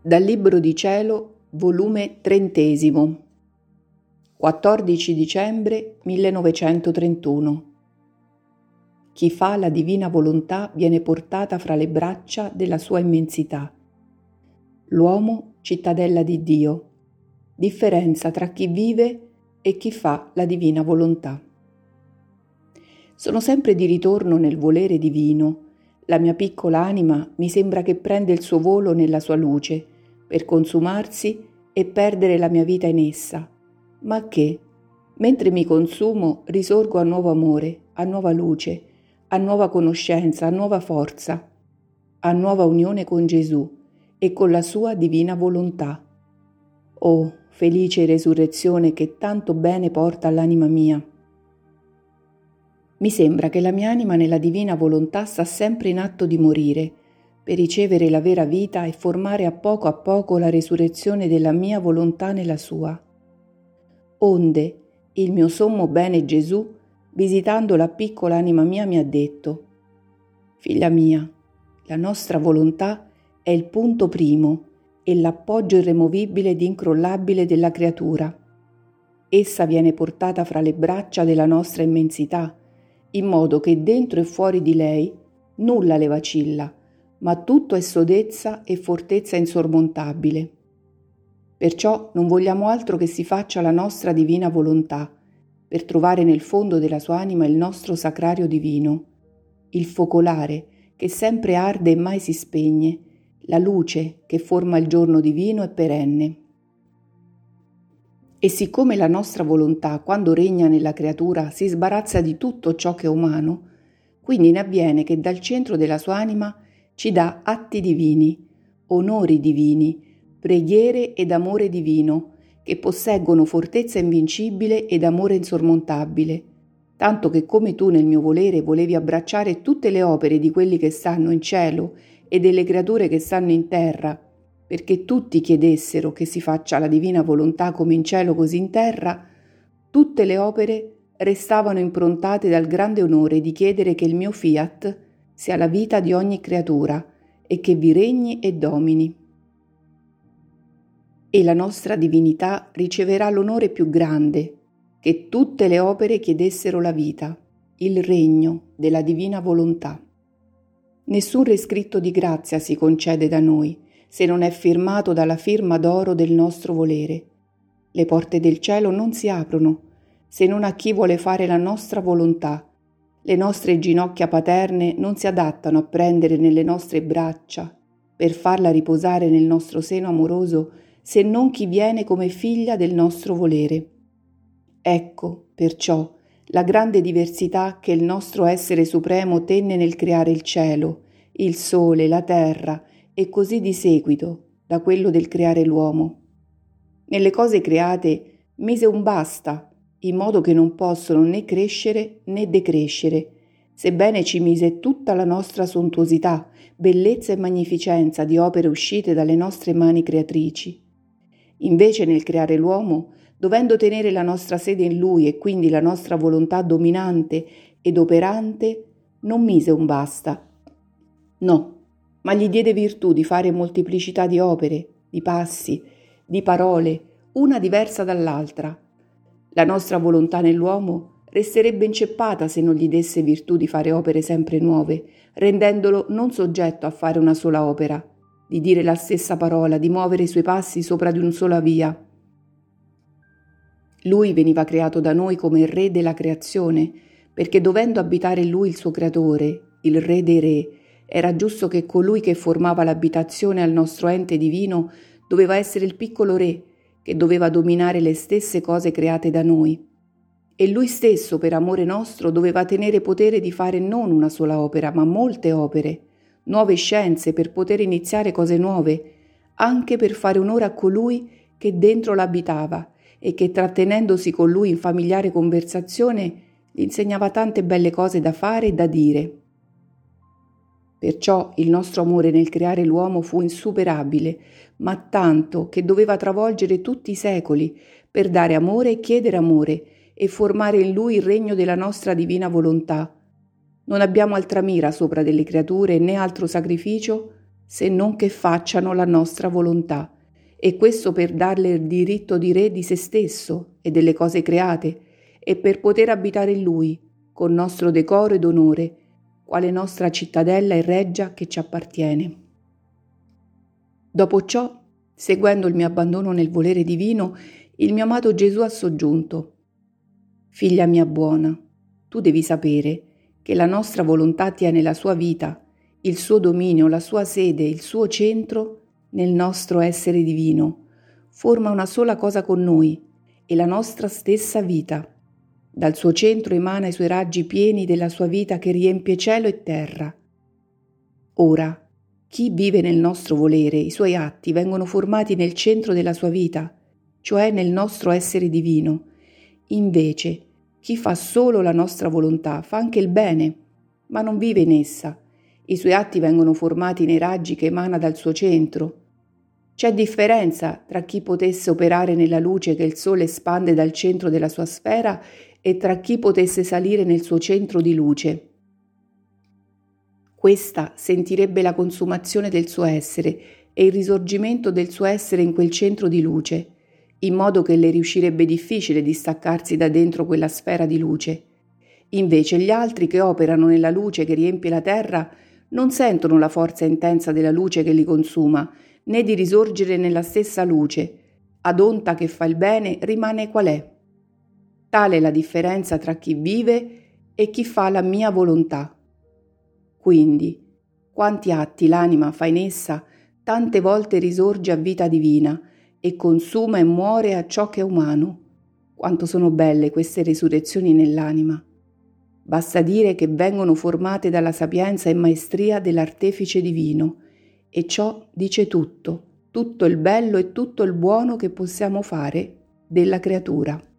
Dal Libro di Cielo, volume 30, 14 dicembre 1931. Chi fa la divina volontà viene portata fra le braccia della sua immensità. L'uomo, cittadella di Dio. Differenza tra chi vive e chi fa la divina volontà. Sono sempre di ritorno nel volere divino. La mia piccola anima mi sembra che prende il suo volo nella sua luce, per consumarsi e perdere la mia vita in essa, ma che, mentre mi consumo, risorgo a nuovo amore, a nuova luce, a nuova conoscenza, a nuova forza, a nuova unione con Gesù e con la sua divina volontà. Oh, felice resurrezione che tanto bene porta all'anima mia! Mi sembra che la mia anima nella divina volontà sta sempre in atto di morire, per ricevere la vera vita e formare a poco la resurrezione della mia volontà nella sua. Onde, il mio sommo bene Gesù, visitando la piccola anima mia, mi ha detto: «Figlia mia, la nostra volontà è il punto primo e l'appoggio irremovibile ed incrollabile della creatura. Essa viene portata fra le braccia della nostra immensità, in modo che dentro e fuori di lei nulla le vacilla, ma tutto è sodezza e fortezza insormontabile. Perciò non vogliamo altro che si faccia la nostra divina volontà, per trovare nel fondo della sua anima il nostro sacrario divino, il focolare che sempre arde e mai si spegne, la luce che forma il giorno divino e perenne. E siccome la nostra volontà, quando regna nella creatura, si sbarazza di tutto ciò che è umano, quindi ne avviene che dal centro della sua anima ci dà atti divini, onori divini, preghiere ed amore divino, che posseggono fortezza invincibile ed amore insormontabile, tanto che come tu nel mio volere volevi abbracciare tutte le opere di quelli che stanno in cielo e delle creature che stanno in terra, perché tutti chiedessero che si faccia la divina volontà come in cielo così in terra, tutte le opere restavano improntate dal grande onore di chiedere che il mio fiat sia la vita di ogni creatura e che vi regni e domini. E la nostra divinità riceverà l'onore più grande, che tutte le opere chiedessero la vita, il regno della divina volontà. Nessun rescritto di grazia si concede da noi, se non è firmato dalla firma d'oro del nostro volere. Le porte del cielo non si aprono, se non a chi vuole fare la nostra volontà. Le nostre ginocchia paterne non si adattano a prendere nelle nostre braccia, per farla riposare nel nostro seno amoroso, se non chi viene come figlia del nostro volere. Ecco, perciò, la grande diversità che il nostro essere supremo tenne nel creare il cielo, il sole, la terra, e così di seguito da quello del creare l'uomo. Nelle cose create mise un basta, in modo che non possono né crescere né decrescere, sebbene ci mise tutta la nostra sontuosità, bellezza e magnificenza di opere uscite dalle nostre mani creatrici. Invece nel creare l'uomo, dovendo tenere la nostra sede in lui e quindi la nostra volontà dominante ed operante, non mise un basta. No, ma gli diede virtù di fare molteplicità di opere, di passi, di parole, una diversa dall'altra. La nostra volontà nell'uomo resterebbe inceppata se non gli desse virtù di fare opere sempre nuove, rendendolo non soggetto a fare una sola opera, di dire la stessa parola, di muovere i suoi passi sopra di una sola via. Lui veniva creato da noi come il Re della creazione, perché dovendo abitare in lui il suo creatore, il Re dei Re, era giusto che colui che formava l'abitazione al nostro ente divino doveva essere il piccolo re, che doveva dominare le stesse cose create da noi. E lui stesso, per amore nostro, doveva tenere potere di fare non una sola opera, ma molte opere, nuove scienze per poter iniziare cose nuove, anche per fare onore a colui che dentro l'abitava e che, trattenendosi con lui in familiare conversazione, gli insegnava tante belle cose da fare e da dire. Perciò il nostro amore nel creare l'uomo fu insuperabile, ma tanto che doveva travolgere tutti i secoli per dare amore e chiedere amore e formare in lui il regno della nostra divina volontà. Non abbiamo altra mira sopra delle creature né altro sacrificio se non che facciano la nostra volontà, e questo per darle il diritto di re di se stesso e delle cose create, e per poter abitare in lui, con nostro decoro ed onore, quale nostra cittadella e reggia che ci appartiene. Dopo ciò, seguendo il mio abbandono nel volere divino, il mio amato Gesù ha soggiunto: Figlia mia buona, tu devi sapere che la nostra volontà tiene la sua vita, il suo dominio, la sua sede, il suo centro nel nostro essere divino, forma una sola cosa con noi e la nostra stessa vita. Dal suo centro emana i suoi raggi pieni della sua vita che riempie cielo e terra. Ora, chi vive nel nostro volere, i suoi atti vengono formati nel centro della sua vita, cioè nel nostro essere divino. Invece, chi fa solo la nostra volontà fa anche il bene, ma non vive in essa. I suoi atti vengono formati nei raggi che emana dal suo centro. C'è differenza tra chi potesse operare nella luce che il sole espande dal centro della sua sfera e tra chi potesse salire nel suo centro di luce. Questa sentirebbe la consumazione del suo essere e il risorgimento del suo essere in quel centro di luce, in modo che le riuscirebbe difficile distaccarsi da dentro quella sfera di luce. Invece gli altri che operano nella luce che riempie la terra non sentono la forza intensa della luce che li consuma, né di risorgere nella stessa luce. Ad onta che fa il bene rimane qual è. Tale è la differenza tra chi vive e chi fa la mia volontà. Quindi, quanti atti l'anima fa in essa, tante volte risorge a vita divina e consuma e muore a ciò che è umano. Quanto sono belle queste risurrezioni nell'anima. Basta dire che vengono formate dalla sapienza e maestria dell'artefice divino, e ciò dice tutto il bello e tutto il buono che possiamo fare della creatura.